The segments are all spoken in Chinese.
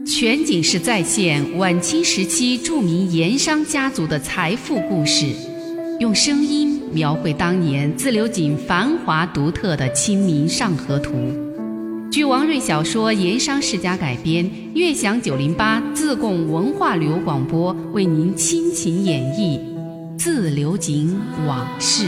全景式再现晚清时期著名盐商家族的财富故事，用声音描绘当年自流井繁华独特的《清明上河图》。据王瑞小说《盐商世家》改编，悦享908自贡文化旅游广播为您倾情演绎自流井往事。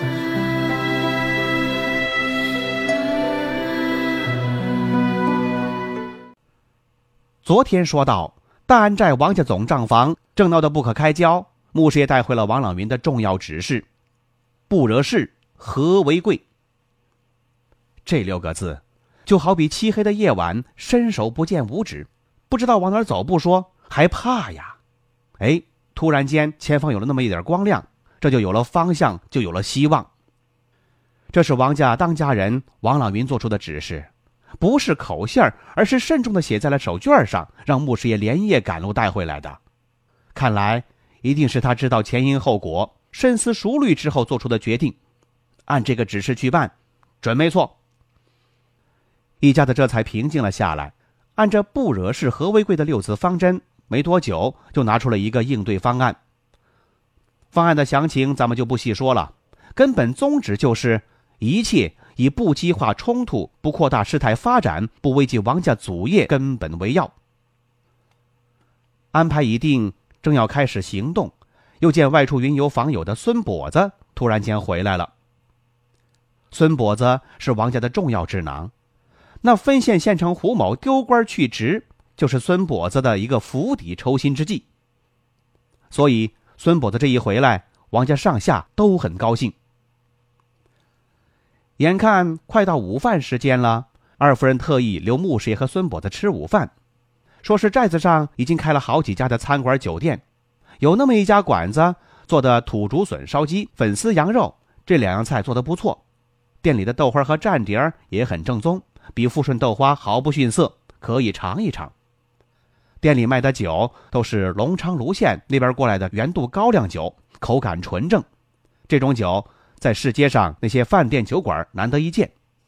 昨天说到，大安寨王家总账房正闹得不可开交，穆师爷带回了王朗云的重要指示：不惹事，和为贵。这6个字就好比漆黑的夜晚，伸手不见五指，不知道往哪儿走不说，还怕呀。突然间前方有了那么一点光亮，这就有了方向，就有了希望。这是王家当家人王朗云做出的指示，不是口信儿，而是慎重地写在了手绢上，让穆师爷连夜赶路带回来的。看来一定是他知道前因后果，深思熟虑之后做出的决定，按这个指示去办，准没错。一家子这才平静了下来，按着不惹事和为贵的6字方针，没多久就拿出了一个应对方案。方案的详情咱们就不细说了，根本宗旨就是一切以不激化冲突、不扩大事态发展、不危及王家祖业根本为要。安排已定，正要开始行动，又见外出云游访友的孙跛子突然间回来了。孙跛子是王家的重要智囊，那分县县城胡某丢官去职，就是孙跛子的一个釜底抽薪之计。所以孙跛子这一回来，王家上下都很高兴。眼看快到午饭时间了，二夫人特意留穆师爷和孙跛子吃午饭，说是寨子上已经开了好几家的餐馆酒店，有那么一家馆子做的土竹笋烧鸡、粉丝羊肉，这2样菜做得不错，店里的豆花和蘸碟也很正宗，比富顺豆花毫不逊色，可以尝一尝。店里卖的酒都是隆昌卢县那边过来的原度高粱酒，口感纯正，这种酒在市街上那些饭店酒馆难得一见。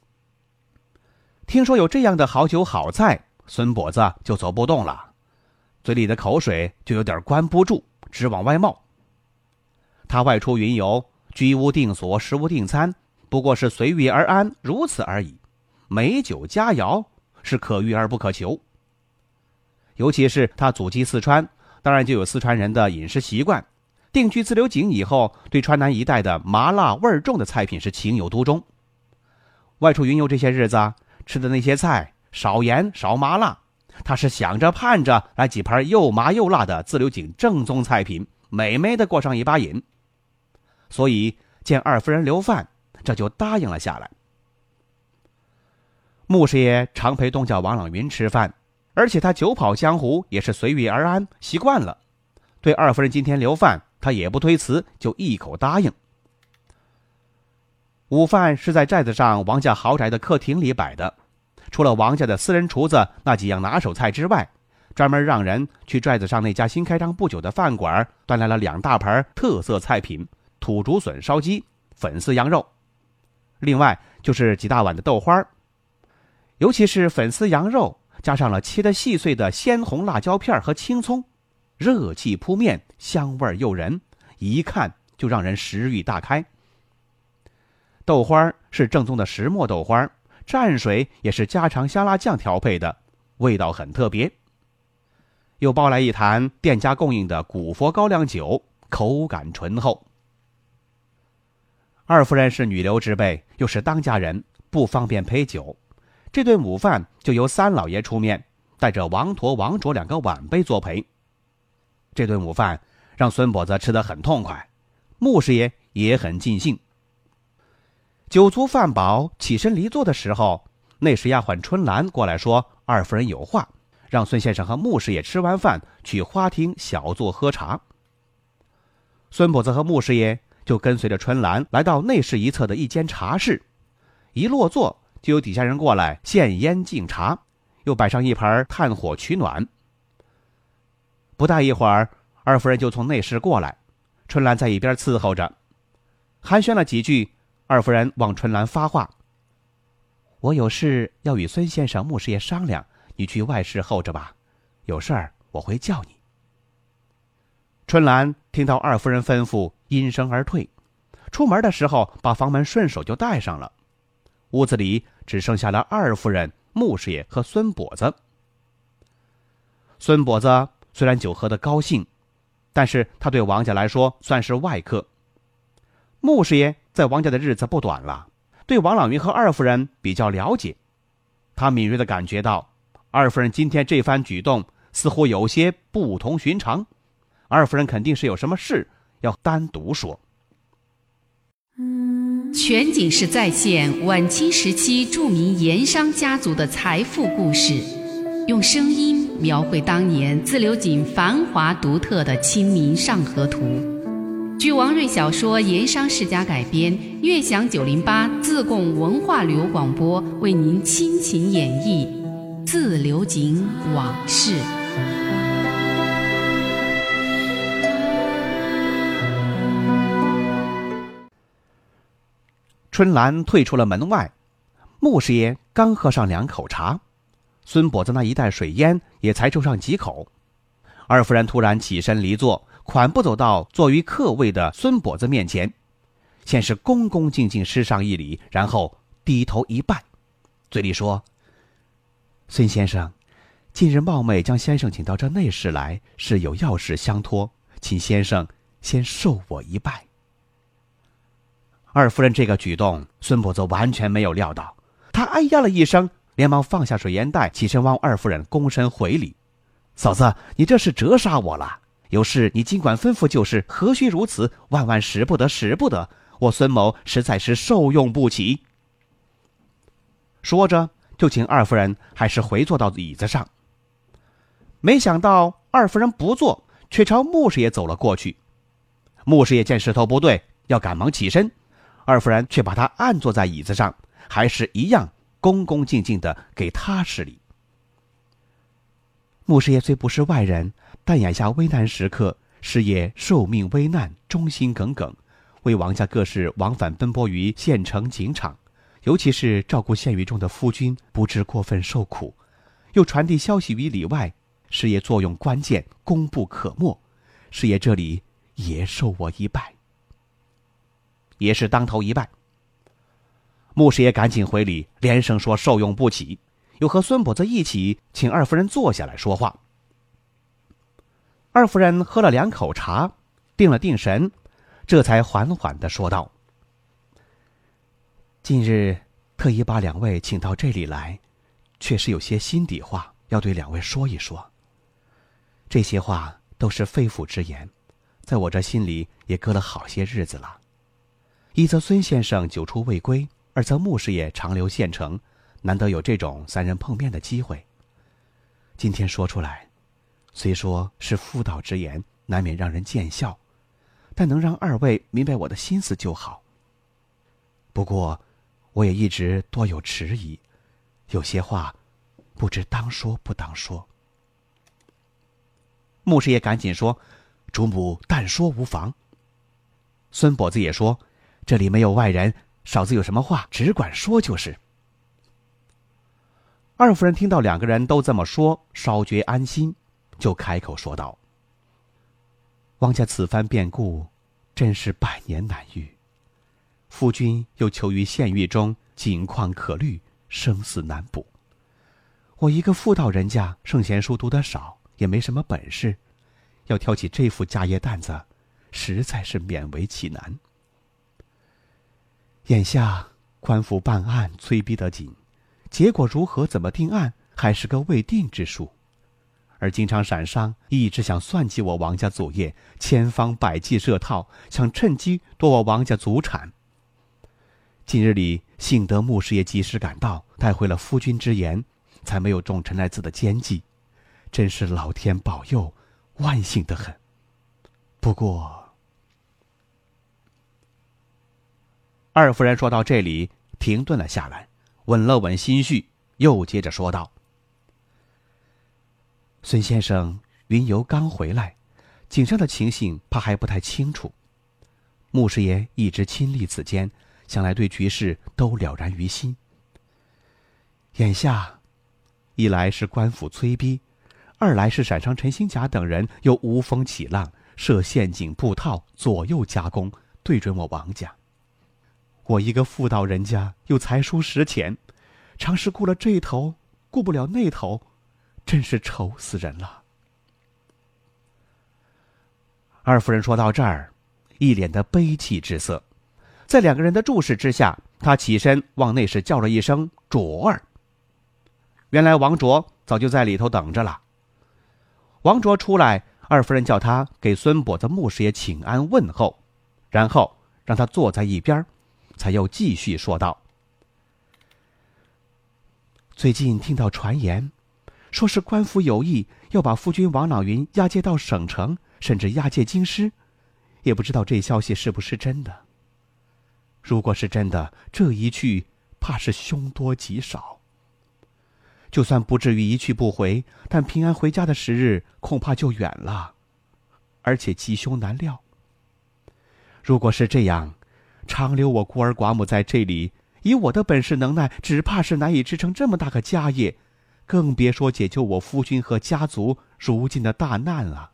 听说有这样的好酒好菜，孙跛子就走不动了，嘴里的口水就有点关不住，直往外冒。他外出云游，居无定所，食无定餐，不过是随遇而安，如此而已。美酒佳肴是可遇而不可求。尤其是他祖籍四川，当然就有四川人的饮食习惯，定居自流井以后，对川南一带的麻辣味重的菜品是情有独钟。外出云游这些日子吃的那些菜少盐少麻辣，他是想着盼着来几盘又麻又辣的自流井正宗菜品，美美的过上一把瘾。所以见二夫人留饭，这就答应了下来。穆师爷常陪东家王朗云吃饭，而且他久跑江湖也是随遇而安，习惯了。对二夫人今天留饭，他也不推辞，就一口答应。午饭是在寨子上王家豪宅的客厅里摆的，除了王家的私人厨子那几样拿手菜之外，专门让人去寨子上那家新开张不久的饭馆端来了2大盘特色菜品：土竹笋烧鸡、粉丝羊肉。另外就是几大碗的豆花，尤其是粉丝羊肉加上了切得细碎的鲜红辣椒片和青葱，热气扑面，香味诱人，一看就让人食欲大开。豆花是正宗的石磨豆花，蘸水也是家常香辣酱调配的，味道很特别。又包来一坛店家供应的古佛高粱酒，口感醇厚。二夫人是女流之辈，又是当家人，不方便陪酒，这顿午饭就由三老爷出面，带着王驼、王卓2个晚辈作陪。这顿午饭让孙跛子吃得很痛快，穆师爷也很尽兴。酒足饭饱，起身离座的时候，内侍丫鬟春兰过来说二夫人有话，让孙先生和穆师爷吃完饭去花厅小坐喝茶。孙跛子和穆师爷就跟随着春兰来到内室一侧的一间茶室，一落座就有底下人过来献烟敬茶，又摆上一盘炭火取暖。不大一会儿，二夫人就从内室过来，春兰在一边伺候着，寒暄了几句，二夫人望春兰发话：我有事要与孙先生、穆师爷商量，你去外室候着吧， 有事儿我会叫你。春兰听到二夫人吩咐，应声而退。出门的时候，把房门顺手就带上了。屋子里只剩下了二夫人、穆师爷和孙跛子。孙跛子虽然酒喝得高兴，但是他对王家来说算是外客。穆师爷在王家的日子不短了，对王朗云和二夫人比较了解。他敏锐地感觉到，二夫人今天这番举动似乎有些不同寻常，二夫人肯定是有什么事要单独说。 全景式再现晚清时期著名盐商家族的财富故事，用声音描绘当年自流井繁华独特的《清明上河图》。据王瑞小说《盐商世家》改编，悦享908自贡文化旅游广播为您倾情演绎自流井往事。 春兰退出了门外，穆师爷刚喝上2口茶，孙跛子那一袋水烟也才抽上几口。二夫人突然起身离座，款步走到坐于客位的孙跛子面前，先是恭恭敬敬施上一礼，然后低头一拜，嘴里说：“孙先生，近日冒昧将先生请到这内室来，是有要事相托，请先生先受我一拜。”二夫人这个举动，孙跛子完全没有料到，他哎呀了一声，连忙放下水烟袋，起身往二夫人躬身回礼：“嫂子，你这是折杀我了，有事你尽管吩咐就是，何须如此？万万使不得，使不得！我孙某实在是受用不起。”说着就请二夫人还是回坐到椅子上。没想到二夫人不坐，却朝穆师爷走了过去。穆师爷见势头不对，要赶忙起身，二夫人却把他按坐在椅子上，还是一样恭恭敬敬地给他施礼。穆师爷虽不是外人，但眼下危难时刻，师爷受命危难，忠心耿耿，为王家各事往返奔波于县城警场，尤其是照顾县狱中的夫君，不致过分受苦，又传递消息于里外，师爷作用关键，功不可没。师爷这里也受我一拜。也是当头一拜。穆师爷赶紧回礼，连声说受用不起，又和孙跛子一起请二夫人坐下来说话。二夫人喝了2口茶，定了定神，这才缓缓地说道：“近日特意把2位请到这里来，确实有些心底话要对2位说一说。这些话都是肺腑之言，在我这心里也搁了好些日子了。一则孙先生久出未归，二则穆师爷长留县城，难得有这种3人碰面的机会。今天说出来，虽说是妇道之言，难免让人见笑，但能让2位明白我的心思就好。不过我也一直多有迟疑，有些话不知当说不当说。”穆师爷赶紧说：“主母但说无妨。”孙跛子也说：“这里没有外人，嫂子有什么话只管说就是。”二夫人听到2个人都这么说，稍觉安心，就开口说道：“王家此番变故，真是百年难遇。夫君又囚于县狱中，境况可虑，生死难卜。我一个妇道人家，圣贤书读得少，也没什么本事，要挑起这副家业担子，实在是勉为其难。眼下官府办案催逼得紧，结果如何怎么定案，还是个未定之数。而经常闪商一直想算计我王家祖业，千方百计设套，想趁机夺我王家祖产。今日里幸得穆师爷及时赶到，带回了夫君之言，才没有中陈来子的奸计，真是老天保佑，万幸得很。不过……”二夫人说到这里，停顿了下来，稳了稳心绪，又接着说道：“孙先生云游刚回来，井上的情形怕还不太清楚。穆师爷一直亲历此间，想来对局势都了然于心。眼下，一来是官府催逼， 二来是陕上陈新甲等人又无风起浪，设陷阱布套，左右夹攻，对准我王家。我一个妇道人家，又才疏识浅，常是顾了这头，顾不了那头，真是愁死人了。二夫人说到这儿，一脸的悲戚之色，在两个人的注视之下，她起身往内室叫了一声卓儿。原来王卓早就在里头等着了。王卓出来，二夫人叫他给孙跛子穆师爷请安问候，然后让他坐在一边，才又继续说道：最近听到传言，说是官府有意要把夫君王朗云押解到省城，甚至押解京师，也不知道这消息是不是真的。如果是真的，这一去怕是凶多吉少。就算不至于一去不回，但平安回家的时日恐怕就远了，而且吉凶难料。如果是这样，长留我孤儿寡母在这里，以我的本事能耐，只怕是难以支撑这么大个家业，更别说解救我夫君和家族如今的大难了。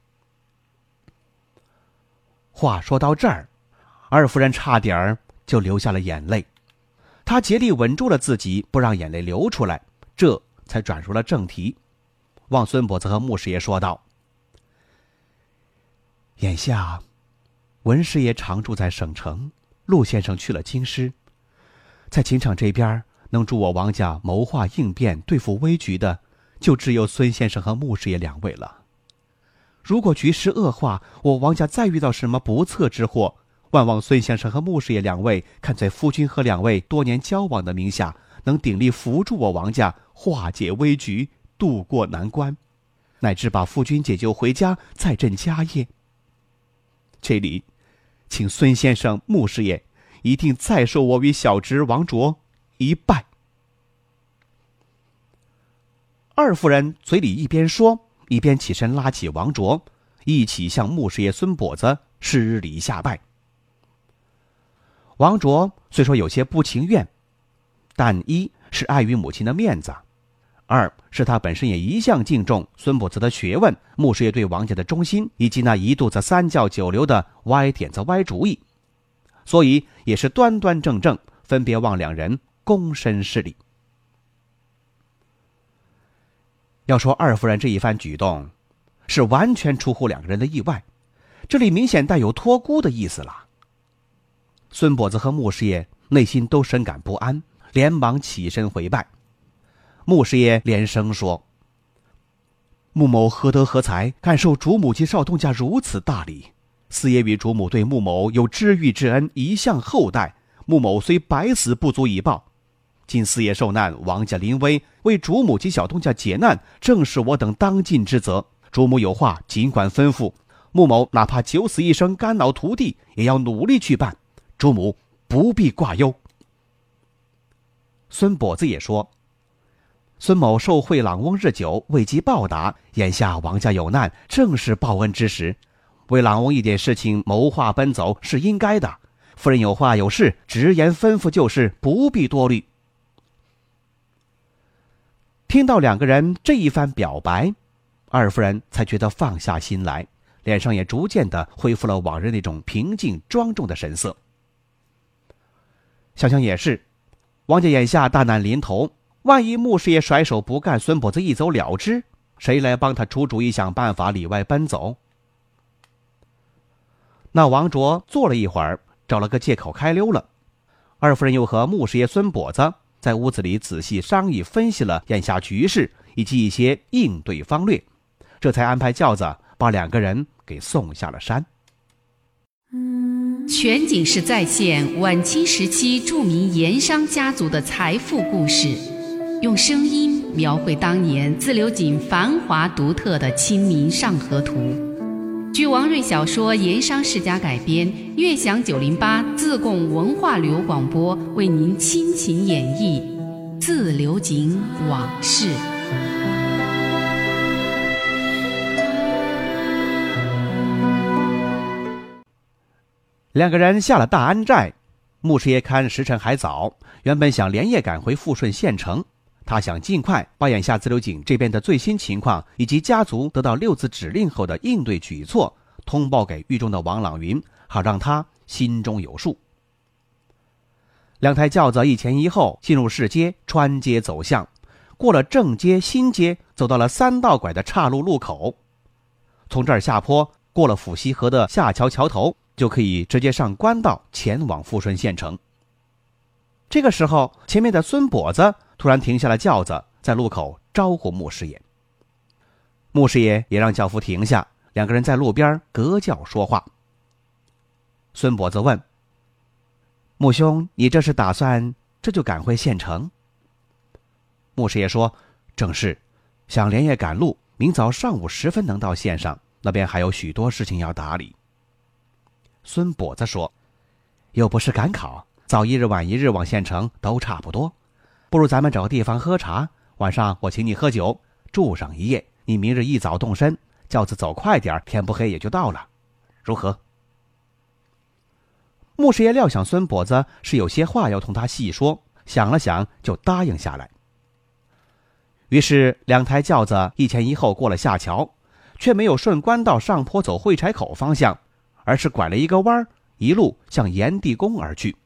话说到这儿，二夫人差点儿就流下了眼泪，她竭力稳住了自己，不让眼泪流出来，这才转入了正题，望孙跛子和穆师爷说道：眼下文师爷常住在省城，陆先生去了京师，在秦场这边能助我王家谋划应变对付危局的，就只有孙先生和穆师爷两位了。如果局势恶化，我王家再遇到什么不测之祸，万望孙先生和穆师爷两位看在夫君和两位多年交往的名下，能鼎力扶助我王家化解危局，渡过难关，乃至把夫君解救回家，再振家业。这里请孙先生穆师爷一定再受我与小侄王卓一拜。二夫人嘴里一边说，一边起身拉起王卓，一起向穆师爷孙跛子施礼下拜。王卓虽说有些不情愿，但一是碍于母亲的面子，二是他本身也一向敬重孙跛子的学问，穆师爷对王家的忠心，以及那一肚子三教九流的歪点子歪主意，所以也是端端正正分别望两人躬身施礼。要说二夫人这一番举动是完全出乎两个人的意外，这里明显带有托孤的意思了。孙跛子和穆师爷内心都深感不安，连忙起身回拜。穆师爷连声说：穆某何德何才，敢受主母及少东家如此大礼？四爷与主母对穆某有知遇之恩，一向厚待，穆某虽百死不足以报。今四爷受难，王家临危，为主母及小东家解难，正是我等当尽之责。主母有话尽管吩咐，穆某哪怕九死一生，肝脑涂地，也要努力去办，主母不必挂忧。孙跛子也说：孙某受贿朗翁日久，未及报答，眼下王家有难，正是报恩之时，为朗翁一点事情谋划奔走是应该的。夫人有话有事，直言吩咐就是，不必多虑。听到两个人这一番表白，二夫人才觉得放下心来，脸上也逐渐的恢复了往日那种平静庄重的神色。想想也是，王家眼下大难临头，万一穆师爷甩手不干，孙跛子一走了之，谁来帮他出主意想办法里外奔走？那王卓坐了一会儿，找了个借口开溜了。二夫人又和穆师爷孙跛子在屋子里仔细商议分析了眼下局势以及一些应对方略，这才安排轿子把两个人给送下了山。 全景式再现晚清时期著名盐商家族的财富故事，用声音描绘当年自流井繁华独特的清明上河图。据王瑞小说《盐商世家》改编，悦享908自贡文化旅游广播为您倾情演绎自流井往事。 两个人下了大安寨，穆师爷看时辰还早，原本想连夜赶回富顺县城， 他想尽快把眼下自流井这边的最新情况以及家族得到六字指令后的应对举措通报给狱中的王朗云，好让他心中有数。两台轿子一前一后进入市街，穿街走巷，过了正街、新街，走到了3道拐的岔路路口。从这儿下坡，过了府西河的下桥桥头，就可以直接上官道前往富顺县城。这个时候，前面的孙跛子突然停下了轿子，在路口招呼穆师爷。穆师爷也让轿夫停下，两个人在路边隔轿说话。孙跛子问：穆兄，你这是打算这就赶回县城？穆师爷说：正是，想连夜赶路，明早上午10分能到县上，那边还有许多事情要打理。孙跛子说：又不是赶考，早一日晚一日往县城都差不多，不如咱们找个地方喝茶，晚上我请你喝酒，住上一夜，你明日一早动身，轿子走快点，天不黑也就到了，如何？穆师爷料想孙跛子是有些话要同他细说，想了想就答应下来。于是两台轿子一前一后过了下桥，却没有顺官道上坡走会柴口方向，而是拐了一个弯，一路向炎帝宫而去。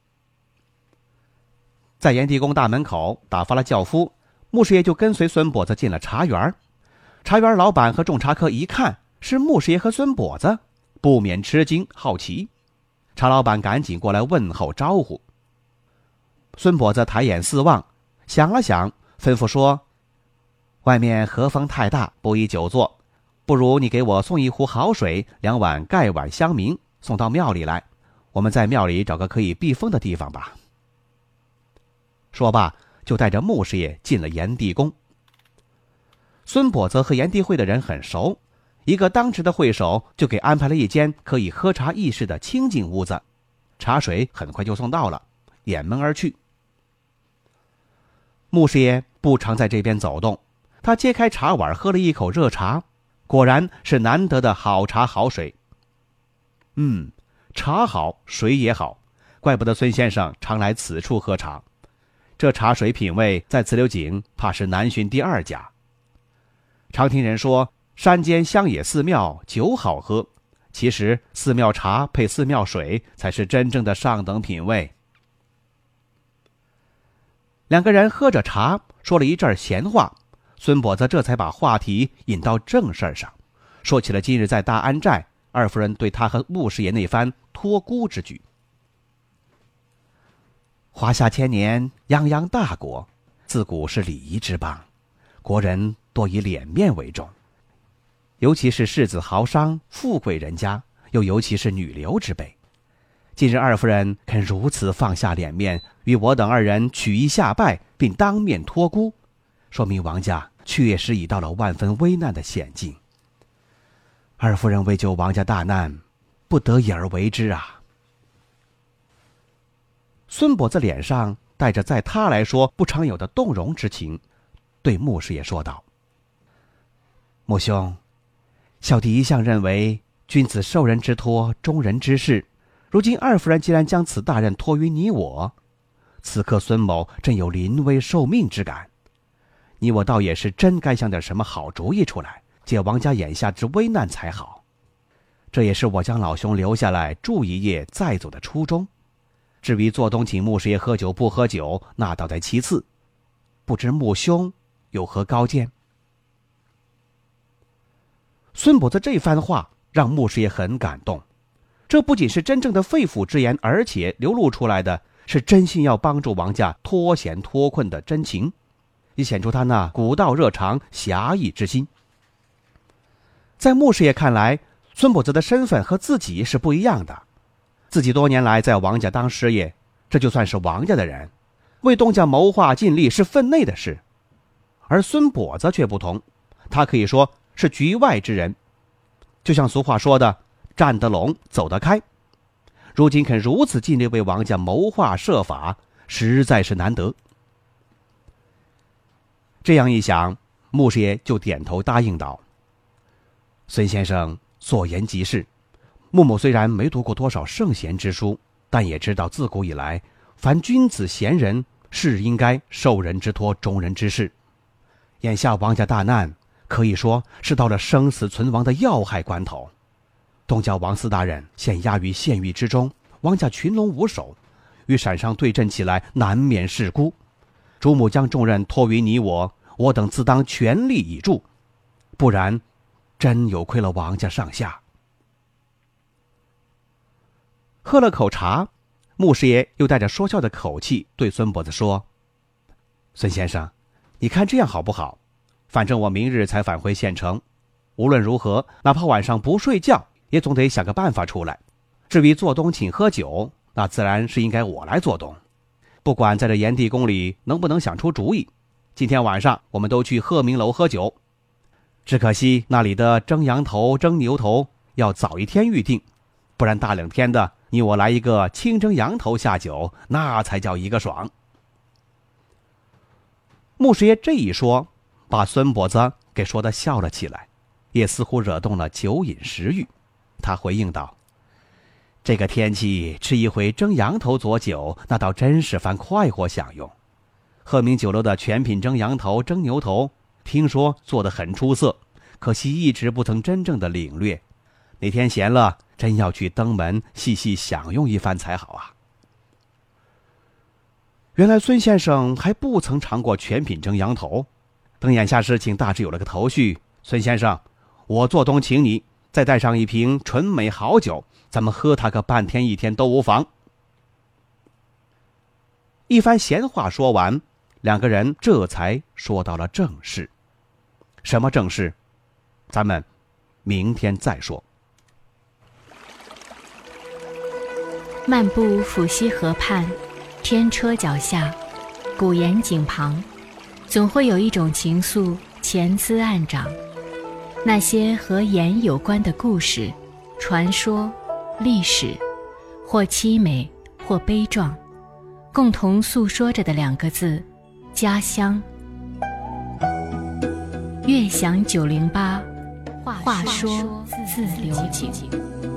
在炎帝宫大门口打发了轿夫，穆师爷就跟随孙跛子进了茶园。茶园老板和众茶客一看是穆师爷和孙跛子，不免吃惊好奇。茶老板赶紧过来问候招呼。孙跛子抬眼四望，想了想，吩咐说：外面和风太大，不宜久坐，不如你给我送一壶好水，2碗盖碗香茗，送到庙里来，我们在庙里找个可以避风的地方吧。说罢，就带着穆师爷进了炎帝宫。孙跛子和炎帝会的人很熟，一个当值的会首就给安排了一间可以喝茶议事的清静屋子，茶水很快就送到了，掩门而去。穆师爷不常在这边走动，他揭开茶碗喝了一口热茶，果然是难得的好茶好水。茶好水也好，怪不得孙先生常来此处喝茶，这茶水品味在自流井怕是难寻第2家。常听人说山间乡野寺庙酒好喝，其实寺庙茶配寺庙水才是真正的上等品味。两个人喝着茶，说了一阵闲话，孙跛子这才把话题引到正事上，说起了今日在大安寨二夫人对他和穆师爷那番托孤之举。华夏千年，泱泱大国，自古是礼仪之邦，国人多以脸面为重，尤其是世子豪商、富贵人家，又尤其是女流之辈。今日二夫人肯如此放下脸面，与我等2人曲意下拜，并当面托孤，说明王家确实已到了万分危难的险境。二夫人为救王家大难，不得已而为之啊。孙跛子脸上带着在他来说不常有的动容之情，对穆师爷说道：穆兄，小弟一向认为君子受人之托，忠人之事，如今二夫人既然将此大任托于你我，此刻孙某真有临危受命之感，你我倒也是真该想点什么好主意出来，解王家眼下之危难才好。这也是我将老兄留下来住一夜再走的初衷。至于做东请穆师爷喝酒不喝酒，那倒在其次，不知穆兄有何高见？孙跛子这番话让穆师爷很感动，这不仅是真正的肺腑之言，而且流露出来的是真心要帮助王家脱险脱困的真情，也显出他那古道热肠侠义之心。在穆师爷看来，孙跛子的身份和自己是不一样的，自己多年来在王家当师爷，这就算是王家的人，为东家谋划尽力是分内的事。而孙跛子却不同，他可以说是局外之人，就像俗话说的，站得拢走得开。如今肯如此尽力为王家谋划设法，实在是难得。这样一想，穆师爷就点头答应道：孙先生所言极是，穆某虽然没读过多少圣贤之书，但也知道自古以来，凡君子贤人是应该受人之托，忠人之事。眼下王家大难，可以说是到了生死存亡的要害关头。东郊王司大人现压于县狱之中，王家群龙无首，与陕商对阵起来难免事故。主母将重任托于你我等自当全力以助，不然真有亏了王家上下。喝了口茶，穆师爷又带着说笑的口气对孙伯子说：孙先生，你看这样好不好？反正我明日才返回县城，无论如何，哪怕晚上不睡觉，也总得想个办法出来。至于做东请喝酒，那自然是应该我来做东。不管在这炎帝宫里能不能想出主意，今天晚上我们都去鹤鸣楼喝酒。只可惜那里的蒸羊头蒸牛头要早一天预定，不然大冷天的，你我来一个清蒸羊头下酒，那才叫一个爽。穆师爷这一说，把孙伯子给说得笑了起来，也似乎惹动了酒饮食欲。他回应道：这个天气吃一回蒸羊头佐酒，那倒真是番快活享用。鹤鸣酒楼的全品蒸羊头蒸牛头，听说做得很出色，可惜一直不曾真正的领略。哪天闲了，真要去登门细细享用一番才好啊。原来孙先生还不曾尝过全品蒸羊头，等眼下事情大致有了个头绪，孙先生，我做东请你，再带上一瓶纯美好酒，咱们喝它个半天一天都无妨。一番闲话说完，两个人这才说到了正事。什么正事？咱们明天再说。 漫步抚溪河畔，天车脚下，古岩井旁，总会有一种情愫潜滋暗长。那些和盐有关的故事、传说、历史，或凄美，或悲壮，共同诉说着的两个字：家乡。悦享908，话说自流井。